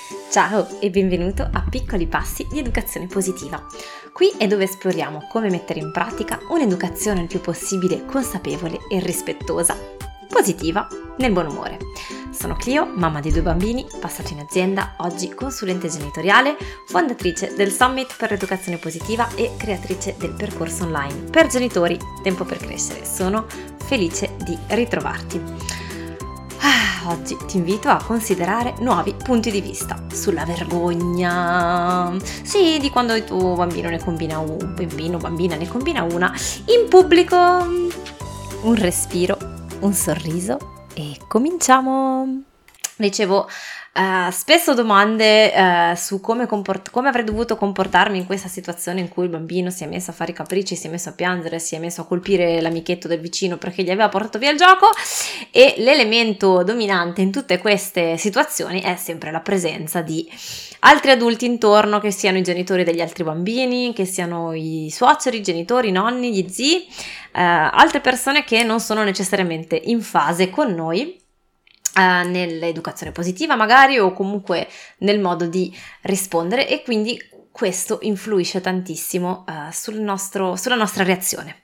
Ciao e benvenuto a Piccoli Passi di Educazione Positiva. Qui è dove esploriamo come mettere in pratica un'educazione il più possibile consapevole e rispettosa, positiva, nel buon umore. Sono Clio, mamma di 2 bambini, passata in azienda, oggi consulente genitoriale, fondatrice del Summit per l'Educazione Positiva e creatrice del percorso online per genitori Tempo per Crescere. Sono felice di ritrovarti. Oggi ti invito a considerare nuovi punti di vista sulla vergogna. Sì, di quando il tuo bambino ne combina bambina ne combina una in pubblico. Un respiro, un sorriso e cominciamo. Ricevo spesso domande su come avrei dovuto comportarmi in questa situazione in cui il bambino si è messo a fare i capricci, si è messo a piangere, si è messo a colpire l'amichetto del vicino perché gli aveva portato via il gioco, e l'elemento dominante in tutte queste situazioni è sempre la presenza di altri adulti intorno, che siano i genitori degli altri bambini, che siano i suoceri, i genitori, i nonni, gli zii, altre persone che non sono necessariamente in fase con noi nell'educazione positiva magari, o comunque nel modo di rispondere, e quindi questo influisce tantissimo sulla nostra reazione.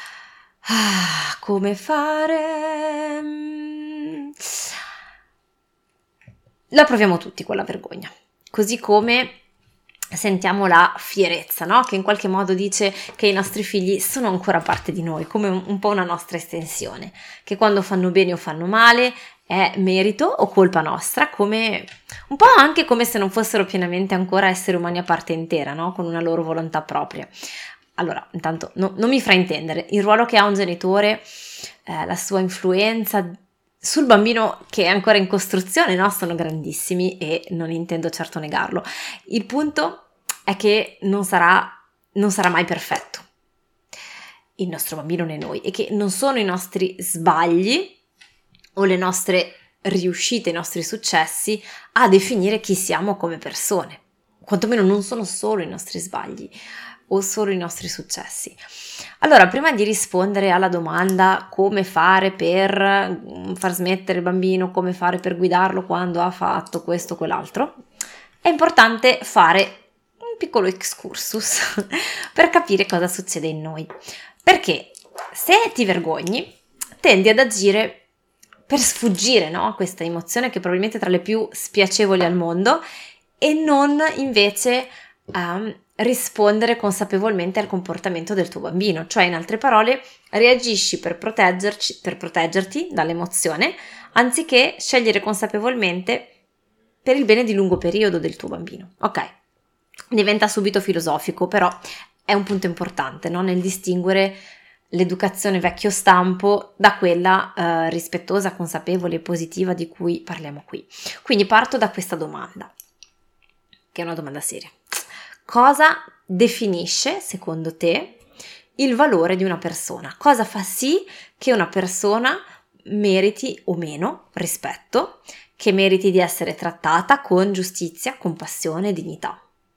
Come fare? La proviamo tutti quella vergogna, così come sentiamo la fierezza, no? Che in qualche modo dice che i nostri figli sono ancora parte di noi, come un po' una nostra estensione, che quando fanno bene o fanno male è merito o colpa nostra, come un po' anche come se non fossero pienamente ancora esseri umani a parte intera, no? Con una loro volontà propria. Allora, intanto non mi fraintendere, il ruolo che ha un genitore, la sua influenza sul bambino che è ancora in costruzione, no? Sono grandissimi e non intendo certo negarlo. Il punto è che non sarà mai perfetto il nostro bambino né noi, e che non sono i nostri sbagli o le nostre riuscite, i nostri successi a definire chi siamo come persone. Quantomeno non sono solo i nostri sbagli o solo i nostri successi. Allora, prima di rispondere alla domanda come fare per far smettere il bambino, come fare per guidarlo quando ha fatto questo o quell'altro, è importante fare un piccolo excursus per capire cosa succede in noi. Perché se ti vergogni, tendi ad agire per sfuggire, no, a questa emozione che probabilmente è tra le più spiacevoli al mondo, e non invece rispondere consapevolmente al comportamento del tuo bambino. Cioè, in altre parole, reagisci per proteggerti dall'emozione, anziché scegliere consapevolmente per il bene di lungo periodo del tuo bambino. Ok, diventa subito filosofico, però è un punto importante, no? Nel distinguere l'educazione vecchio stampo da quella rispettosa, consapevole e positiva di cui parliamo qui. Quindi parto da questa domanda, che è una domanda seria. Cosa definisce, secondo te, il valore di una persona? Cosa fa sì che una persona meriti o meno rispetto, che meriti di essere trattata con giustizia, compassione e dignità?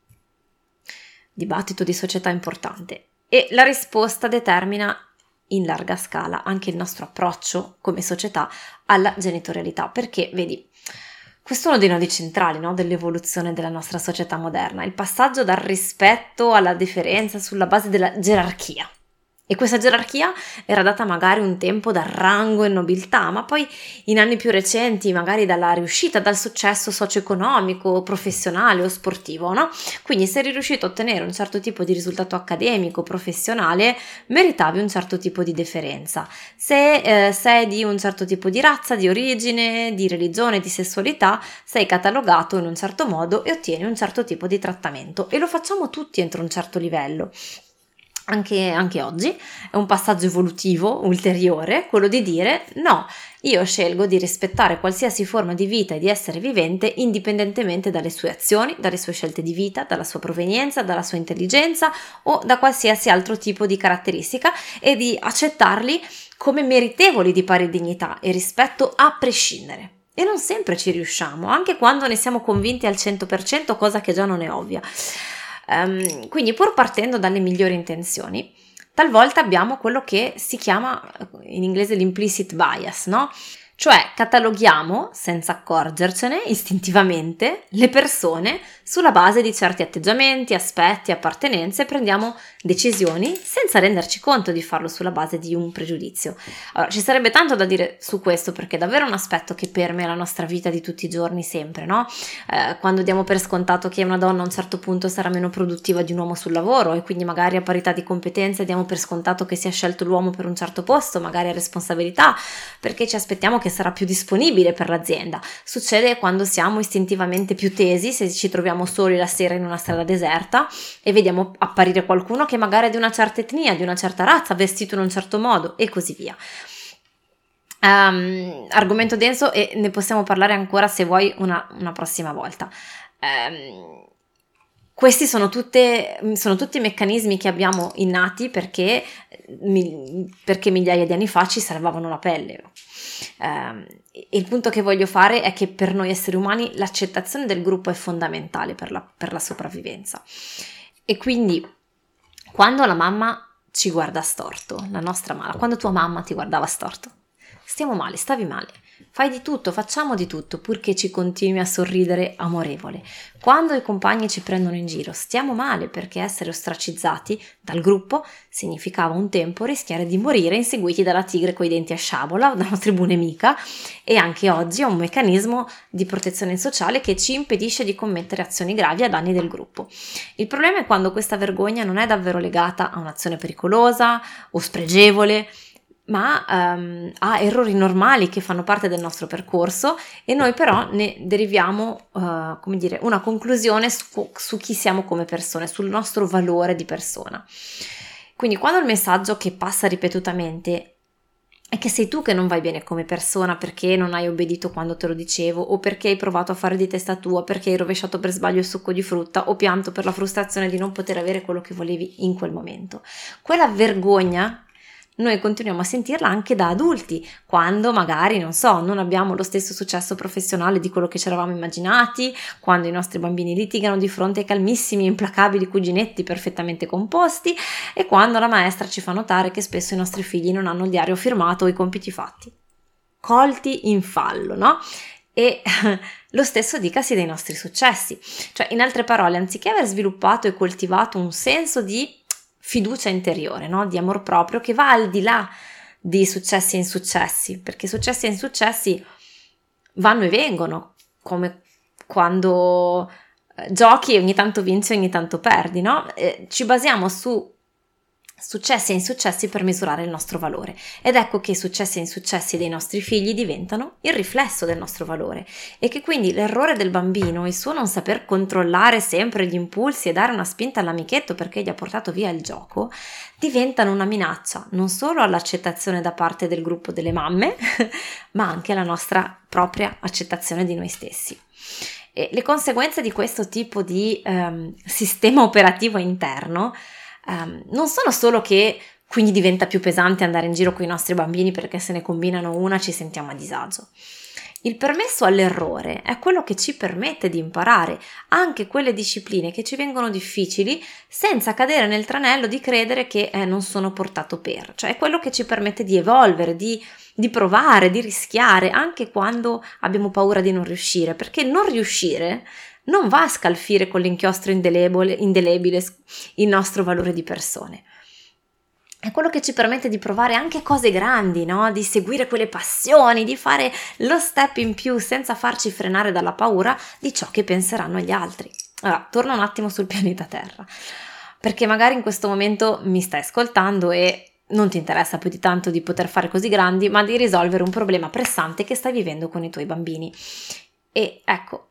Dibattito di società importante, e la risposta determina in larga scala anche il nostro approccio come società alla genitorialità, perché vedi, questo è uno dei nodi centrali, no, dell'evoluzione della nostra società moderna, il passaggio dal rispetto alla deferenza sulla base della gerarchia. E questa gerarchia era data magari un tempo dal rango e nobiltà, ma poi in anni più recenti magari dalla riuscita, dal successo socio-economico, professionale o sportivo, no? Quindi se eri riuscito a ottenere un certo tipo di risultato accademico, professionale, meritavi un certo tipo di deferenza. Se sei di un certo tipo di razza, di origine, di religione, di sessualità, sei catalogato in un certo modo e ottieni un certo tipo di trattamento. E lo facciamo tutti entro un certo livello. Anche oggi è un passaggio evolutivo ulteriore quello di dire no, io scelgo di rispettare qualsiasi forma di vita e di essere vivente indipendentemente dalle sue azioni, dalle sue scelte di vita, dalla sua provenienza, dalla sua intelligenza o da qualsiasi altro tipo di caratteristica, e di accettarli come meritevoli di pari dignità e rispetto a prescindere. E non sempre ci riusciamo, anche quando ne siamo convinti al 100%, cosa che già non è ovvia. Quindi, pur partendo dalle migliori intenzioni, talvolta abbiamo quello che si chiama in inglese l'implicit bias, no? Cioè cataloghiamo, senza accorgercene, istintivamente, le persone sulla base di certi atteggiamenti, aspetti, appartenenze e prendiamo decisioni senza renderci conto di farlo sulla base di un pregiudizio. Allora, ci sarebbe tanto da dire su questo perché è davvero un aspetto che permea la nostra vita di tutti i giorni sempre, no? Quando diamo per scontato che una donna a un certo punto sarà meno produttiva di un uomo sul lavoro e quindi magari a parità di competenze diamo per scontato che sia scelto l'uomo per un certo posto, magari a responsabilità, perché ci aspettiamo che sarà più disponibile per l'azienda. Succede quando siamo istintivamente più tesi, se ci troviamo soli la sera in una strada deserta e vediamo apparire qualcuno che magari è di una certa etnia, di una certa razza, vestito in un certo modo e così via. Argomento denso e ne possiamo parlare ancora se vuoi una prossima volta. Questi sono tutti meccanismi che abbiamo innati perché migliaia di anni fa ci salvavano la pelle. Il punto che voglio fare è che per noi esseri umani l'accettazione del gruppo è fondamentale per la sopravvivenza. E quindi quando la mamma ci guarda storto, la nostra mamma, quando tua mamma ti guardava storto, stiamo male, stavi male. Fai di tutto, facciamo di tutto, purché ci continui a sorridere amorevole. Quando i compagni ci prendono in giro, stiamo male perché essere ostracizzati dal gruppo significava un tempo rischiare di morire inseguiti dalla tigre coi denti a sciabola, da una tribù nemica, e anche oggi è un meccanismo di protezione sociale che ci impedisce di commettere azioni gravi a danni del gruppo. Il problema è quando questa vergogna non è davvero legata a un'azione pericolosa o spregevole, ma a errori normali che fanno parte del nostro percorso e noi però ne deriviamo una conclusione su chi siamo come persone, sul nostro valore di persona. Quindi quando il messaggio che passa ripetutamente è che sei tu che non vai bene come persona perché non hai obbedito quando te lo dicevo, o perché hai provato a fare di testa tua, perché hai rovesciato per sbaglio il succo di frutta o pianto per la frustrazione di non poter avere quello che volevi in quel momento. Quella vergogna noi continuiamo a sentirla anche da adulti, quando magari, non abbiamo lo stesso successo professionale di quello che ci eravamo immaginati, quando i nostri bambini litigano di fronte ai calmissimi e implacabili cuginetti perfettamente composti e quando la maestra ci fa notare che spesso i nostri figli non hanno il diario firmato o i compiti fatti. Colti in fallo, no? E lo stesso dicasi dei nostri successi. Cioè, in altre parole, anziché aver sviluppato e coltivato un senso di fiducia interiore, no? Di amor proprio che va al di là di successi e insuccessi, perché successi e insuccessi vanno e vengono, come quando giochi e ogni tanto vinci e ogni tanto perdi, no? Ci basiamo su successi e insuccessi per misurare il nostro valore ed ecco che i successi e insuccessi dei nostri figli diventano il riflesso del nostro valore e che quindi l'errore del bambino, il suo non saper controllare sempre gli impulsi e dare una spinta all'amichetto perché gli ha portato via il gioco, diventano una minaccia non solo all'accettazione da parte del gruppo delle mamme ma anche alla nostra propria accettazione di noi stessi. E le conseguenze di questo tipo di sistema operativo interno non sono solo che quindi diventa più pesante andare in giro con i nostri bambini perché se ne combinano una ci sentiamo a disagio. Il permesso all'errore è quello che ci permette di imparare anche quelle discipline che ci vengono difficili senza cadere nel tranello di credere che non sono portato per, cioè è quello che ci permette di evolvere, di provare, di rischiare anche quando abbiamo paura di non riuscire, perché non riuscire non va a scalfire con l'inchiostro indelebile il nostro valore di persone. È quello che ci permette di provare anche cose grandi, no? Di seguire quelle passioni, di fare lo step in più senza farci frenare dalla paura di ciò che penseranno gli altri. Allora, torno un attimo sul pianeta Terra, perché magari in questo momento mi stai ascoltando e non ti interessa più di tanto di poter fare così grandi, ma di risolvere un problema pressante che stai vivendo con i tuoi bambini. E ecco,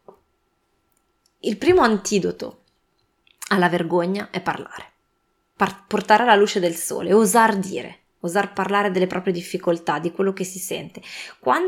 il primo antidoto alla vergogna è parlare, portare alla luce del sole, osar parlare delle proprie difficoltà, di quello che si sente. Quando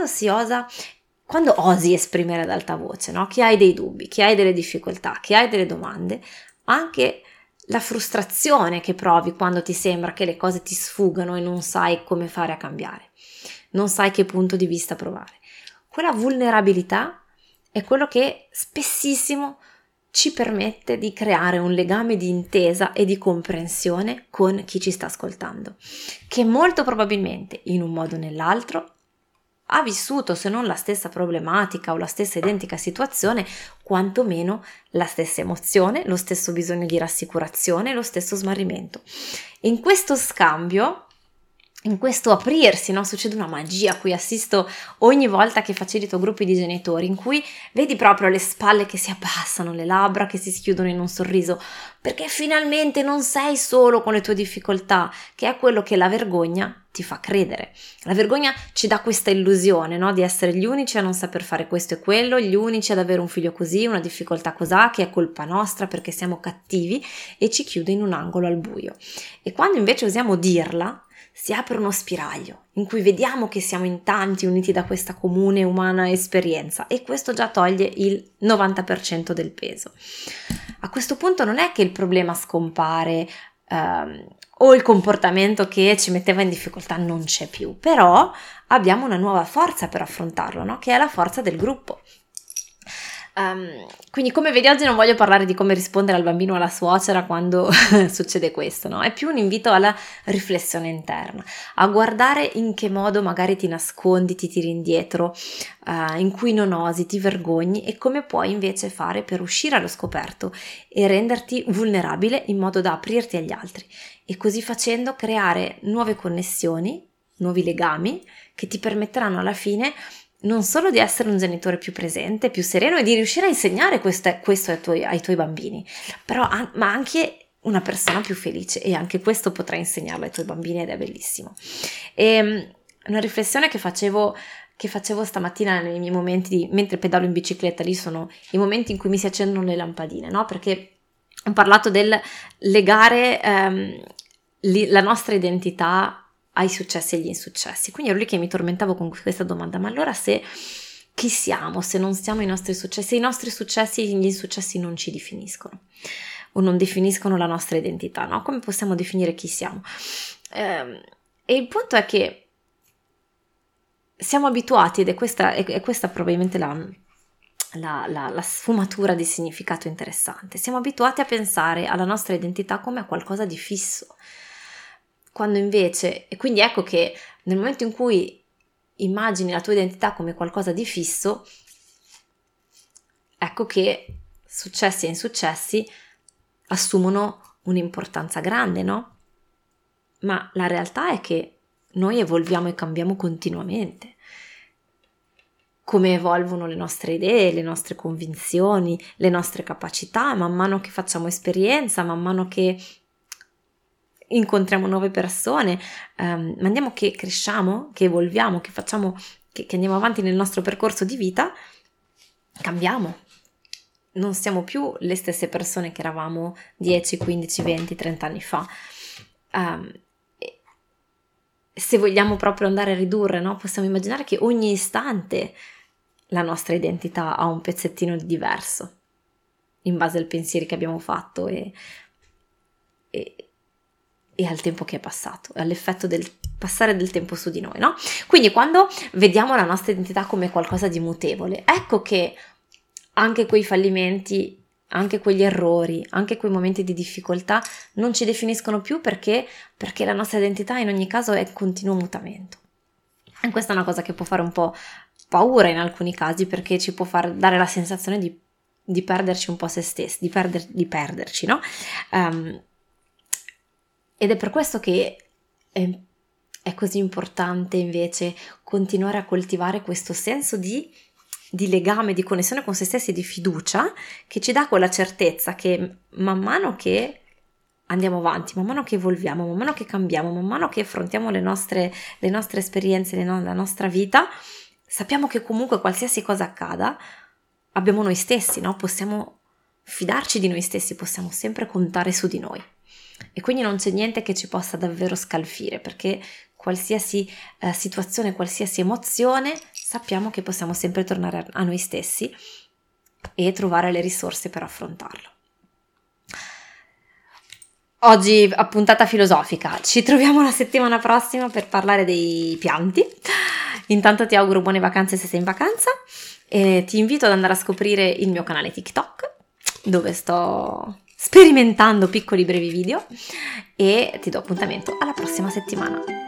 osi esprimere ad alta voce, no? Che hai dei dubbi, che hai delle difficoltà, che hai delle domande, anche la frustrazione che provi quando ti sembra che le cose ti sfugano e non sai come fare a cambiare, non sai che punto di vista provare. Quella vulnerabilità è quello che spessissimo ci permette di creare un legame di intesa e di comprensione con chi ci sta ascoltando, che molto probabilmente in un modo o nell'altro ha vissuto, se non la stessa problematica o la stessa identica situazione, quantomeno la stessa emozione, lo stesso bisogno di rassicurazione, lo stesso smarrimento. In questo scambio, in questo aprirsi, no, succede una magia a cui assisto ogni volta che facilito gruppi di genitori, in cui vedi proprio le spalle che si abbassano, le labbra che si schiudono in un sorriso, perché finalmente non sei solo con le tue difficoltà, che è quello che la vergogna ti fa credere. La vergogna ci dà questa illusione, no, di essere gli unici a non saper fare questo e quello, gli unici ad avere un figlio così, una difficoltà cosà, che è colpa nostra perché siamo cattivi, e ci chiude in un angolo al buio. E quando invece osiamo dirla, si apre uno spiraglio in cui vediamo che siamo in tanti uniti da questa comune umana esperienza, e questo già toglie il 90% del peso. A questo punto non è che il problema scompare o il comportamento che ci metteva in difficoltà non c'è più, però abbiamo una nuova forza per affrontarlo, no? Che è la forza del gruppo. Quindi, come vedi, oggi non voglio parlare di come rispondere al bambino o alla suocera quando succede questo, no? È più un invito alla riflessione interna, a guardare in che modo magari ti nascondi, ti tiri indietro, in cui non osi, ti vergogni, e come puoi invece fare per uscire allo scoperto e renderti vulnerabile in modo da aprirti agli altri, e così facendo creare nuove connessioni, nuovi legami che ti permetteranno alla fine non solo di essere un genitore più presente, più sereno, e di riuscire a insegnare questo ai tuoi bambini, però ma anche una persona più felice, e anche questo potrai insegnarlo ai tuoi bambini, ed è bellissimo. E una riflessione che facevo stamattina nei miei momenti mentre pedalo in bicicletta, lì sono i momenti in cui mi si accendono le lampadine, no? Perché ho parlato del legare la nostra identità ai successi e agli insuccessi. Quindi ero lì che mi tormentavo con questa domanda: ma allora chi siamo se non siamo i nostri successi? I nostri successi e gli insuccessi non ci definiscono, o non definiscono la nostra identità, no? Come possiamo definire chi siamo? E il punto è che siamo abituati, ed è questa probabilmente la sfumatura di significato interessante, siamo abituati a pensare alla nostra identità come a qualcosa di fisso, quando invece, e quindi ecco che nel momento in cui immagini la tua identità come qualcosa di fisso, ecco che successi e insuccessi assumono un'importanza grande, no? Ma la realtà è che noi evolviamo e cambiamo continuamente, come evolvono le nostre idee, le nostre convinzioni, le nostre capacità, man mano che facciamo esperienza, man mano che incontriamo nuove persone, mandiamo che cresciamo, che evolviamo, che facciamo, che andiamo avanti nel nostro percorso di vita, cambiamo. Non siamo più le stesse persone che eravamo 10, 15, 20, 30 anni fa. Se vogliamo proprio andare a ridurre, no? Possiamo immaginare che ogni istante la nostra identità ha un pezzettino di diverso, in base ai pensieri che abbiamo fatto e al tempo che è passato, all'effetto del passare del tempo su di noi, no? Quindi quando vediamo la nostra identità come qualcosa di mutevole, ecco che anche quei fallimenti, anche quegli errori, anche quei momenti di difficoltà non ci definiscono più, perché la nostra identità in ogni caso è in continuo mutamento. E questa è una cosa che può fare un po' paura in alcuni casi, perché ci può far dare la sensazione di perderci un po' se stessi, di perderci, no? Ed è per questo che è così importante invece continuare a coltivare questo senso di legame, di connessione con se stessi, di fiducia, che ci dà quella certezza che man mano che andiamo avanti, man mano che evolviamo, man mano che cambiamo, man mano che affrontiamo le nostre esperienze, la nostra vita, sappiamo che comunque qualsiasi cosa accada abbiamo noi stessi, no? Possiamo fidarci di noi stessi, possiamo sempre contare su di noi. E quindi non c'è niente che ci possa davvero scalfire, perché qualsiasi situazione, qualsiasi emozione, sappiamo che possiamo sempre tornare a noi stessi e trovare le risorse per affrontarlo. Oggi puntata filosofica, ci troviamo la settimana prossima per parlare dei pianti. Intanto ti auguro buone vacanze se sei in vacanza, e ti invito ad andare a scoprire il mio canale TikTok, dove sto sperimentando piccoli brevi video, e ti do appuntamento alla prossima settimana.